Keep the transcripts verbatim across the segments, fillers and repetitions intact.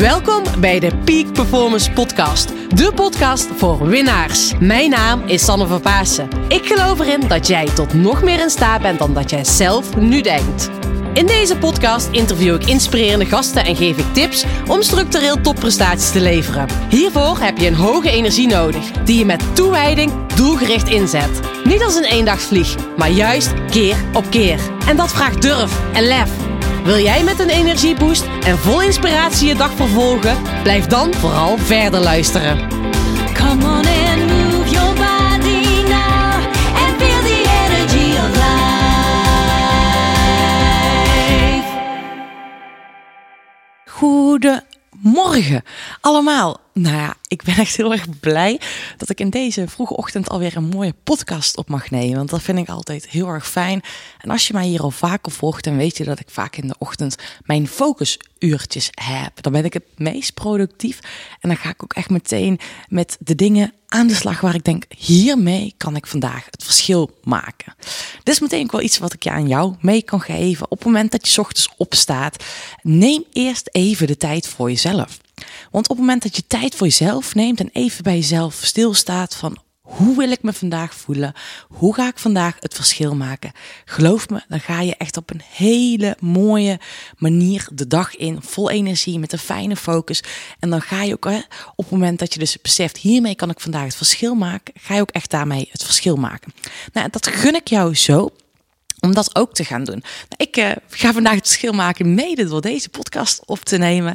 Welkom bij de Peak Performance Podcast. De podcast voor winnaars. Mijn naam is Sanne van Paassen. Ik geloof erin dat jij tot nog meer in staat bent dan dat jij zelf nu denkt. In deze podcast interview ik inspirerende gasten en geef ik tips om structureel topprestaties te leveren. Hiervoor heb je een hoge energie nodig, die je met toewijding doelgericht inzet. Niet als een eendagsvlieg, maar juist keer op keer. En dat vraagt durf en lef. Wil jij met een energieboost en vol inspiratie je dag vervolgen? Blijf dan vooral verder luisteren. Come on and move your body now and feel the energy of life. Goedemorgen allemaal. Nou ja, ik ben echt heel erg blij dat ik in deze vroege ochtend alweer een mooie podcast op mag nemen. Want dat vind ik altijd heel erg fijn. En als je mij hier al vaker volgt, dan weet je dat ik vaak in de ochtend mijn focusuurtjes heb. Dan ben ik het meest productief. En dan ga ik ook echt meteen met de dingen aan de slag waar ik denk, hiermee kan ik vandaag het verschil maken. Dit is meteen ook wel iets wat ik je aan jou mee kan geven. Op het moment dat je 's ochtends opstaat, neem eerst even de tijd voor jezelf. Want op het moment dat je tijd voor jezelf neemt en even bij jezelf stilstaat van hoe wil ik me vandaag voelen? Hoe ga ik vandaag het verschil maken? Geloof me, dan ga je echt op een hele mooie manier de dag in, vol energie, met een fijne focus. En dan ga je ook, hè, op het moment dat je dus beseft, hiermee kan ik vandaag het verschil maken, ga je ook echt daarmee het verschil maken. Nou, dat gun ik jou zo. Om dat ook te gaan doen. Nou, ik uh, ga vandaag het verschil maken mede door deze podcast op te nemen.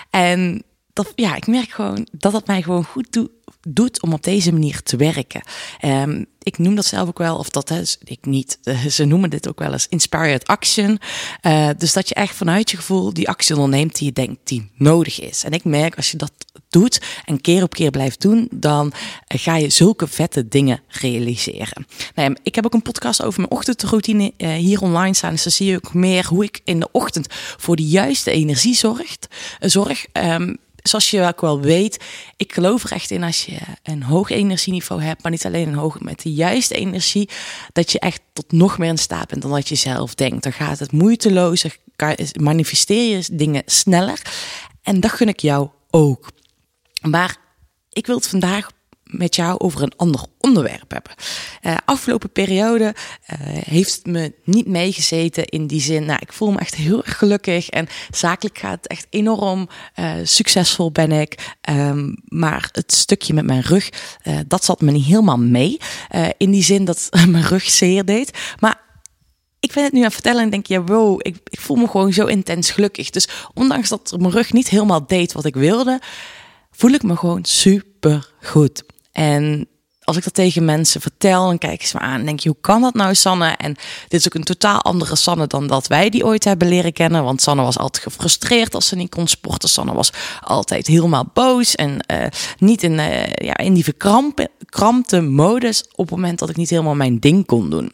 En dat, ja, ik merk gewoon dat het mij gewoon goed do- doet om op deze manier te werken. Um, ik noem dat zelf ook wel, of dat is ik niet. Uh, ze noemen dit ook wel eens inspired action. Uh, dus dat je echt vanuit je gevoel die actie onderneemt die je denkt die nodig is. En ik merk als je dat doet en keer op keer blijft doen, dan ga je zulke vette dingen realiseren. Nou ja, ik heb ook een podcast over mijn ochtendroutine uh, hier online staan. Dus dan zie je ook meer hoe ik in de ochtend voor de juiste energie zorgt, uh, zorg. Um, Zoals je ook wel weet, ik geloof er echt in als je een hoog energieniveau hebt, maar niet alleen een hoog, met de juiste energie, dat je echt tot nog meer in staat bent dan dat je zelf denkt. Dan gaat het moeitelozer, manifesteer je dingen sneller en dat gun ik jou ook. Maar ik wil het vandaag met jou over een ander onderwerp hebben. Uh, afgelopen periode uh, heeft het me niet meegezeten in die zin. Nou, ik voel me echt heel erg gelukkig en zakelijk gaat het echt enorm uh, succesvol ben ik. Um, maar het stukje met mijn rug, uh, dat zat me niet helemaal mee. Uh, in die zin dat mijn rug zeer deed. Maar ik ben het nu aan het vertellen en denk, ja, wow, ik, ik voel me gewoon zo intens gelukkig. Dus ondanks dat mijn rug niet helemaal deed wat ik wilde, voel ik me gewoon super goed. En als ik dat tegen mensen vertel, dan kijken ze me aan en denk je, hoe kan dat nou, Sanne? En dit is ook een totaal andere Sanne dan dat wij die ooit hebben leren kennen. Want Sanne was altijd gefrustreerd als ze niet kon sporten. Sanne was altijd helemaal boos en uh, niet in, uh, ja, in die verkrampte modus op het moment dat ik niet helemaal mijn ding kon doen.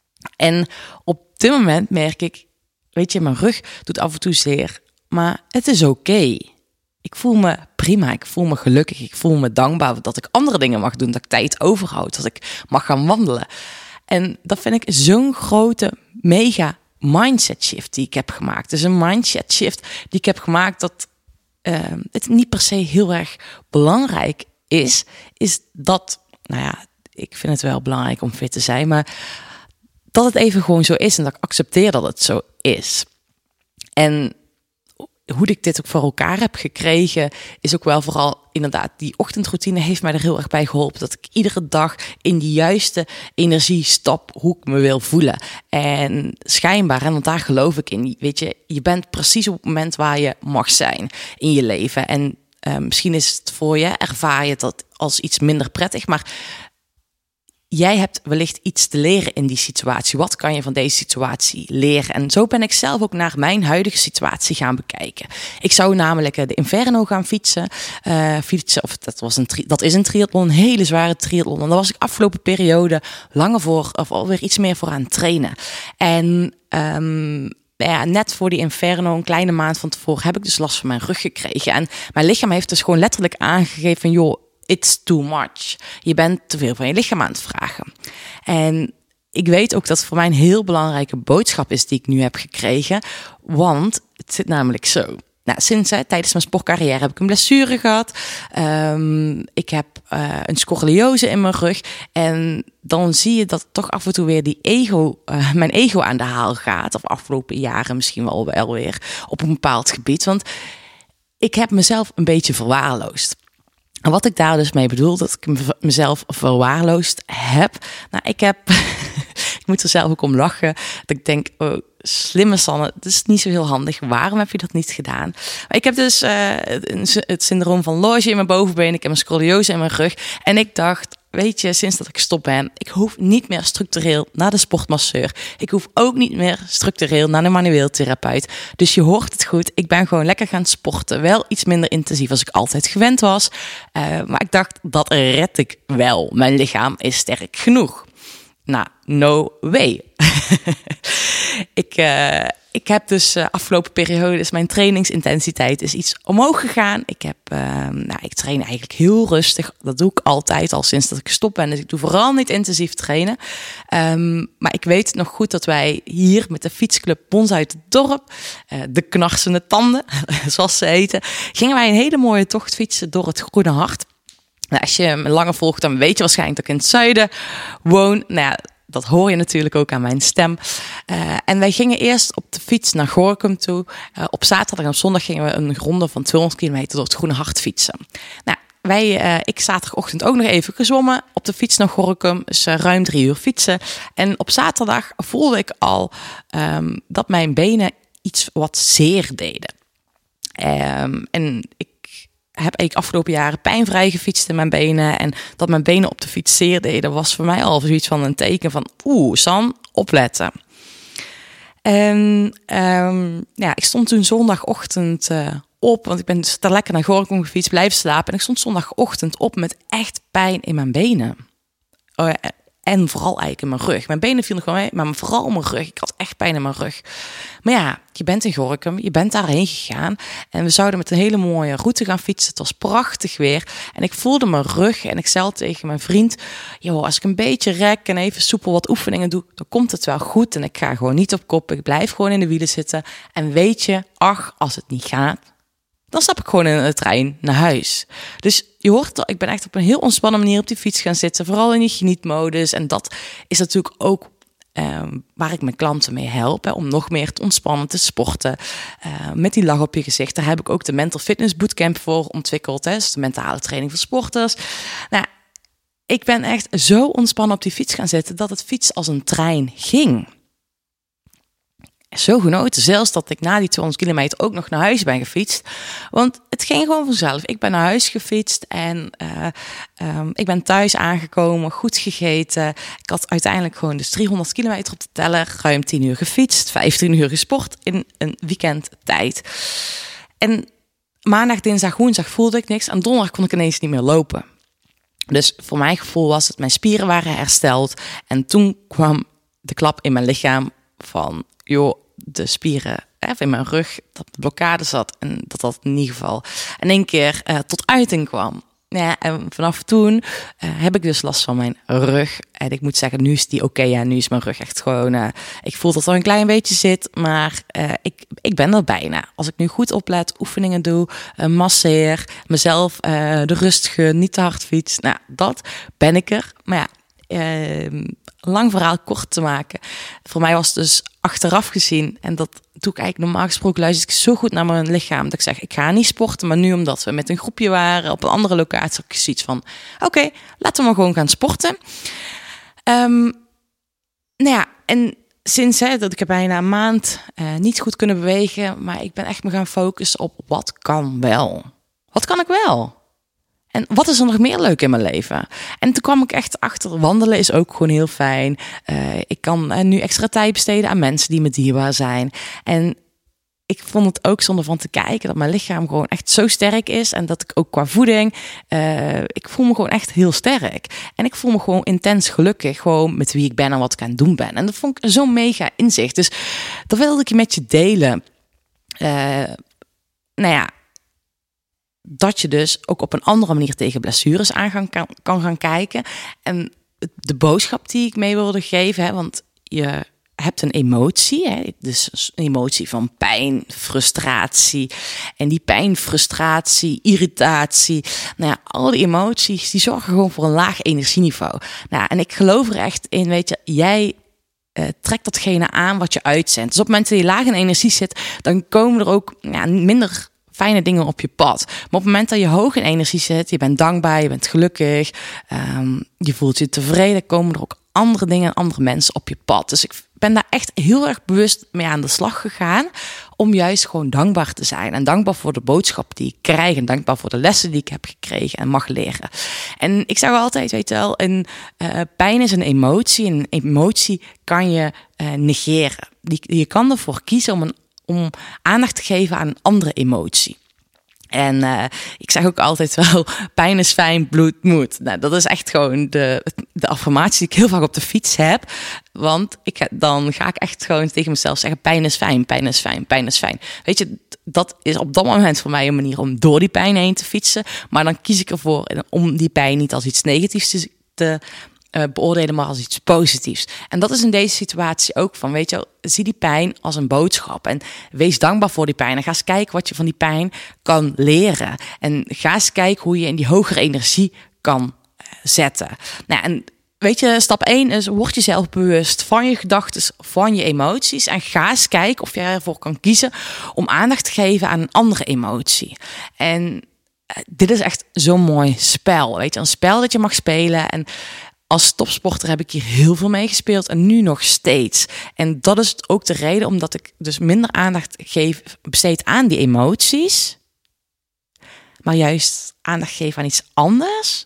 En op dit moment merk ik, weet je, mijn rug doet af en toe zeer, maar het is oké. Okay. Ik voel me prima, ik voel me gelukkig, ik voel me dankbaar dat ik andere dingen mag doen, dat ik tijd overhoud, dat ik mag gaan wandelen. En dat vind ik zo'n grote, mega mindset shift die ik heb gemaakt. Dus een mindset shift die ik heb gemaakt dat uh, het niet per se heel erg belangrijk is, is dat, nou ja, ik vind het wel belangrijk om fit te zijn, maar dat het even gewoon zo is en dat ik accepteer dat het zo is. En hoe ik dit ook voor elkaar heb gekregen, is ook wel vooral inderdaad die ochtendroutine heeft mij er heel erg bij geholpen. Dat ik iedere dag in die juiste energie stap hoe ik me wil voelen. En schijnbaar, en want daar geloof ik in, weet je, je bent precies op het moment waar je mag zijn in je leven. En uh, misschien is het voor je, ervaar je dat als iets minder prettig, maar jij hebt wellicht iets te leren in die situatie. Wat kan je van deze situatie leren? En zo ben ik zelf ook naar mijn huidige situatie gaan bekijken. Ik zou namelijk de Inferno gaan fietsen. Uh, fietsen of dat, was een tri- dat is een triathlon, een hele zware triathlon. En daar was ik afgelopen periode langer voor, of alweer iets meer voor aan het trainen. En Um, ja, net voor die Inferno, een kleine maand van tevoren, heb ik dus last van mijn rug gekregen. En mijn lichaam heeft dus gewoon letterlijk aangegeven van, joh, it's too much. Je bent te veel van je lichaam aan het vragen. En ik weet ook dat het voor mij een heel belangrijke boodschap is die ik nu heb gekregen. Want het zit namelijk zo. Nou, sinds hè, tijdens mijn sportcarrière heb ik een blessure gehad. Um, ik heb uh, een scoliose in mijn rug. En dan zie je dat toch af en toe weer die ego, uh, mijn ego aan de haal gaat. Of afgelopen jaren misschien wel wel weer op een bepaald gebied. Want ik heb mezelf een beetje verwaarloosd. En wat ik daar dus mee bedoel, dat ik mezelf verwaarloosd heb. Nou, ik heb, ik moet er zelf ook om lachen. Dat ik denk, oh, slimme Sanne, dat is niet zo heel handig. Waarom heb je dat niet gedaan? Maar ik heb dus uh, het syndroom van Loge in mijn bovenbeen. Ik heb een scoliose in mijn rug. En ik dacht, weet je, sinds dat ik stop ben, ik hoef niet meer structureel naar de sportmasseur. Ik hoef ook niet meer structureel naar de manueel therapeut. Dus je hoort het goed. Ik ben gewoon lekker gaan sporten. Wel iets minder intensief als ik altijd gewend was. Uh, maar ik dacht, dat red ik wel. Mijn lichaam is sterk genoeg. Nou, no way. ik, uh, ik heb dus uh, afgelopen periodes, mijn trainingsintensiteit is iets omhoog gegaan. Ik, heb, uh, nou, ik train eigenlijk heel rustig. Dat doe ik altijd al sinds dat ik gestopt ben. Dus ik doe vooral niet intensief trainen. Um, maar ik weet nog goed dat wij hier met de fietsclub Bons uit het dorp, uh, de knarsende tanden, zoals ze heten, gingen wij een hele mooie tocht fietsen door het Groene Hart. Nou, als je me langer volgt, dan weet je waarschijnlijk dat ik in het zuiden woon. Nou ja, dat hoor je natuurlijk ook aan mijn stem. Uh, en wij gingen eerst op de fiets naar Gorinchem toe. Uh, op zaterdag en op zondag gingen we een ronde van tweehonderd kilometer door het Groene Hart fietsen. Nou, wij, uh, ik zaterdagochtend ook nog even gezwommen. Op de fiets naar Gorinchem, dus uh, ruim drie uur fietsen. En op zaterdag voelde ik al um, dat mijn benen iets wat zeer deden. Um, en ik heb eigenlijk afgelopen jaren pijnvrij gefietst in mijn benen. En dat mijn benen op de fiets zeer deden, was voor mij al zoiets van een teken van, oeh, San, opletten. En um, ja, ik stond toen zondagochtend uh, op, want ik ben dus daar lekker naar Gorinchem gefietst, blijven slapen. En ik stond zondagochtend op met echt pijn in mijn benen. Oh ja, en vooral eigenlijk in mijn rug. Mijn benen vielen gewoon mee, maar vooral mijn rug. Ik had echt pijn in mijn rug. Maar ja, je bent in Gorinchem, je bent daarheen gegaan. En we zouden met een hele mooie route gaan fietsen. Het was prachtig weer. En ik voelde mijn rug en ik zei tegen mijn vriend, joh, als ik een beetje rek en even soepel wat oefeningen doe, dan komt het wel goed. En ik ga gewoon niet op kop. Ik blijf gewoon in de wielen zitten. En weet je, ach, als het niet gaat, dan stap ik gewoon in de trein naar huis. Dus je hoort al, ik ben echt op een heel ontspannen manier op die fiets gaan zitten. Vooral in die genietmodus. En dat is natuurlijk ook um, waar ik mijn klanten mee help. Hè, om nog meer te ontspannen, te sporten. Uh, met die lach op je gezicht. Daar heb ik ook de Mental Fitness Bootcamp voor ontwikkeld. Hè, dus de mentale training voor sporters. Nou, ik ben echt zo ontspannen op die fiets gaan zitten dat het fiets als een trein ging. Zo genoten, zelfs dat ik na die tweehonderd kilometer ook nog naar huis ben gefietst. Want het ging gewoon vanzelf. Ik ben naar huis gefietst en uh, um, ik ben thuis aangekomen, goed gegeten. Ik had uiteindelijk gewoon dus driehonderd kilometer op de teller, ruim tien uur gefietst, vijftien uur gesport in een weekendtijd. En maandag, dinsdag, woensdag voelde ik niks. En donderdag kon ik ineens niet meer lopen. Dus voor mijn gevoel was het, mijn spieren waren hersteld. En toen kwam de klap in mijn lichaam van, joh, de spieren hè, in mijn rug, dat de blokkade zat. En dat dat in ieder geval in één keer uh, tot uiting kwam. Ja, en vanaf toen uh, heb ik dus last van mijn rug. En ik moet zeggen, nu is die oké. Okay, ja, nu is mijn rug echt gewoon, Uh, ik voel dat er een klein beetje zit. Maar uh, ik, ik ben er bijna. Als ik nu goed oplet, oefeningen doe, uh, masseer, mezelf uh, de rust gun, niet te hard fiets. Nou, dat ben ik er. Maar ja, Uh, lang verhaal kort te maken. Voor mij was het dus achteraf gezien, en dat doe ik eigenlijk normaal gesproken, luister ik zo goed naar mijn lichaam, dat ik zeg, ik ga niet sporten, maar nu omdat we met een groepje waren, op een andere locatie, had ik zoiets van, oké, okay, laten we maar gewoon gaan sporten. Um, nou ja, en sinds hè, dat ik heb bijna een maand uh, niet goed kunnen bewegen, maar ik ben echt me gaan focussen op wat kan wel. Wat kan ik wel? En wat is er nog meer leuk in mijn leven? En toen kwam ik echt achter, wandelen is ook gewoon heel fijn. Uh, ik kan uh, nu extra tijd besteden aan mensen die me dierbaar zijn. En ik vond het ook zonder van te kijken dat mijn lichaam gewoon echt zo sterk is. En dat ik ook qua voeding, uh, ik voel me gewoon echt heel sterk. En ik voel me gewoon intens gelukkig, gewoon met wie ik ben en wat ik aan het doen ben. En dat vond ik zo'n mega inzicht. Dus dat wilde ik met je delen. Uh, nou ja, dat je dus ook op een andere manier tegen blessures aan gaan, kan, kan gaan kijken. En de boodschap die ik mee wilde geven, hè, want je hebt een emotie, hè, dus een emotie van pijn, frustratie. En die pijn, frustratie, irritatie, nou ja, al die emoties, die zorgen gewoon voor een laag energieniveau. Nou, en ik geloof er echt in, weet je, jij uh, trekt datgene aan wat je uitzendt. Dus op het moment dat je laag in energie zit, dan komen er ook ja, minder fijne dingen op je pad. Maar op het moment dat je hoog in energie zit, je bent dankbaar, je bent gelukkig, um, je voelt je tevreden, komen er ook andere dingen en andere mensen op je pad. Dus ik ben daar echt heel erg bewust mee aan de slag gegaan om juist gewoon dankbaar te zijn. En dankbaar voor de boodschap die ik krijg en dankbaar voor de lessen die ik heb gekregen en mag leren. En ik zeg altijd, weet je wel, een, uh, pijn is een emotie. En een emotie kan je uh, negeren. Die, je kan ervoor kiezen om, een, om aandacht te geven aan een andere emotie. En uh, ik zeg ook altijd wel, pijn is fijn, bloed moet. Nou, dat is echt gewoon de, de affirmatie die ik heel vaak op de fiets heb. Want ik, dan ga ik echt gewoon tegen mezelf zeggen, pijn is fijn, pijn is fijn, pijn is fijn. Weet je, dat is op dat moment voor mij een manier om door die pijn heen te fietsen. Maar dan kies ik ervoor om die pijn niet als iets negatiefs te, te uh, beoordelen, maar als iets positiefs. En dat is in deze situatie ook van, weet je, zie die pijn als een boodschap. En wees dankbaar voor die pijn. En ga eens kijken wat je van die pijn kan leren. En ga eens kijken hoe je in die hogere energie kan zetten. Nou, en weet je, stap één is, word jezelf bewust van je gedachten, van je emoties. En ga eens kijken of je ervoor kan kiezen om aandacht te geven aan een andere emotie. En uh, dit is echt zo'n mooi spel. Weet je, een spel dat je mag spelen. En als topsporter heb ik hier heel veel mee gespeeld en nu nog steeds. En dat is ook de reden omdat ik dus minder aandacht geef, besteed aan die emoties. Maar juist aandacht geef aan iets anders.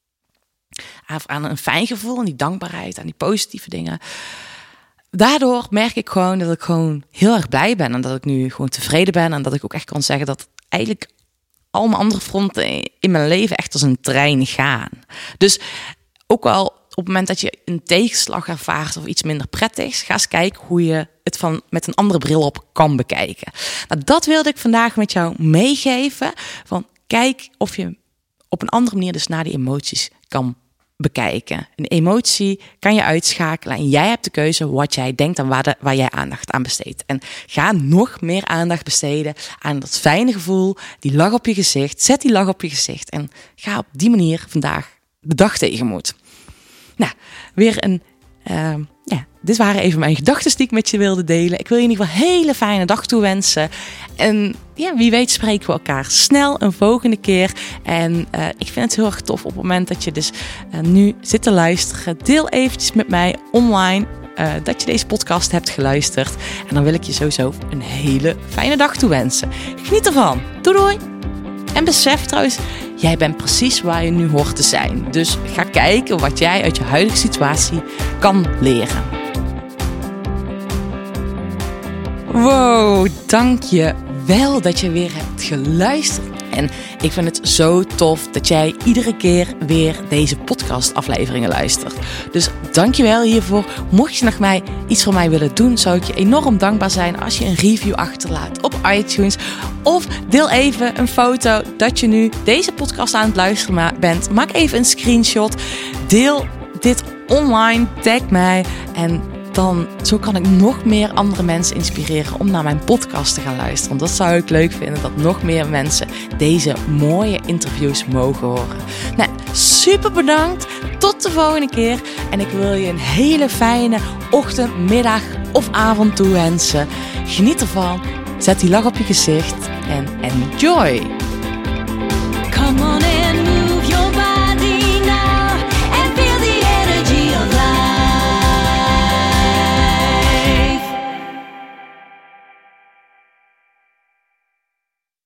Aan een fijn gevoel, aan die dankbaarheid, aan die positieve dingen. Daardoor merk ik gewoon dat ik gewoon heel erg blij ben. En dat ik nu gewoon tevreden ben. En dat ik ook echt kan zeggen dat eigenlijk al mijn andere fronten in mijn leven echt als een trein gaan. Dus ook al op het moment dat je een tegenslag ervaart of iets minder prettigs, ga eens kijken hoe je het van met een andere bril op kan bekijken. Nou, dat wilde ik vandaag met jou meegeven. Van kijk of je op een andere manier dus naar die emoties kan bekijken. Een emotie kan je uitschakelen en jij hebt de keuze wat jij denkt en waar, de, waar jij aandacht aan besteedt. En ga nog meer aandacht besteden aan dat fijne gevoel, die lach op je gezicht. Zet die lach op je gezicht en ga op die manier vandaag de dag tegemoet. Nou, weer een... Uh, ja, dit waren even mijn gedachten die ik met je wilde delen. Ik wil je in ieder geval een hele fijne dag toewensen. En ja, wie weet spreken we elkaar snel een volgende keer. En uh, ik vind het heel erg tof op het moment dat je dus uh, nu zit te luisteren. Deel eventjes met mij online uh, dat je deze podcast hebt geluisterd. En dan wil ik je sowieso een hele fijne dag toewensen. Geniet ervan. Doei doei. En besef trouwens, jij bent precies waar je nu hoort te zijn. Dus ga kijken wat jij uit je huidige situatie kan leren. Wow, dank je wel dat je weer hebt geluisterd. En ik vind het zo tof dat jij iedere keer weer deze podcastafleveringen luistert. Dus dank je wel hiervoor. Mocht je nog mij iets voor mij willen doen, zou ik je enorm dankbaar zijn als je een review achterlaat op iTunes. Of deel even een foto dat je nu deze podcast aan het luisteren bent. Maak even een screenshot. Deel dit online. Tag mij. En dan zo kan ik nog meer andere mensen inspireren om naar mijn podcast te gaan luisteren. Want dat zou ik leuk vinden, dat nog meer mensen deze mooie interviews mogen horen. Nou, super bedankt. Tot de volgende keer. En ik wil je een hele fijne ochtend, middag of avond toewensen. Geniet ervan. Zet die lach op je gezicht en enjoy. Come on in.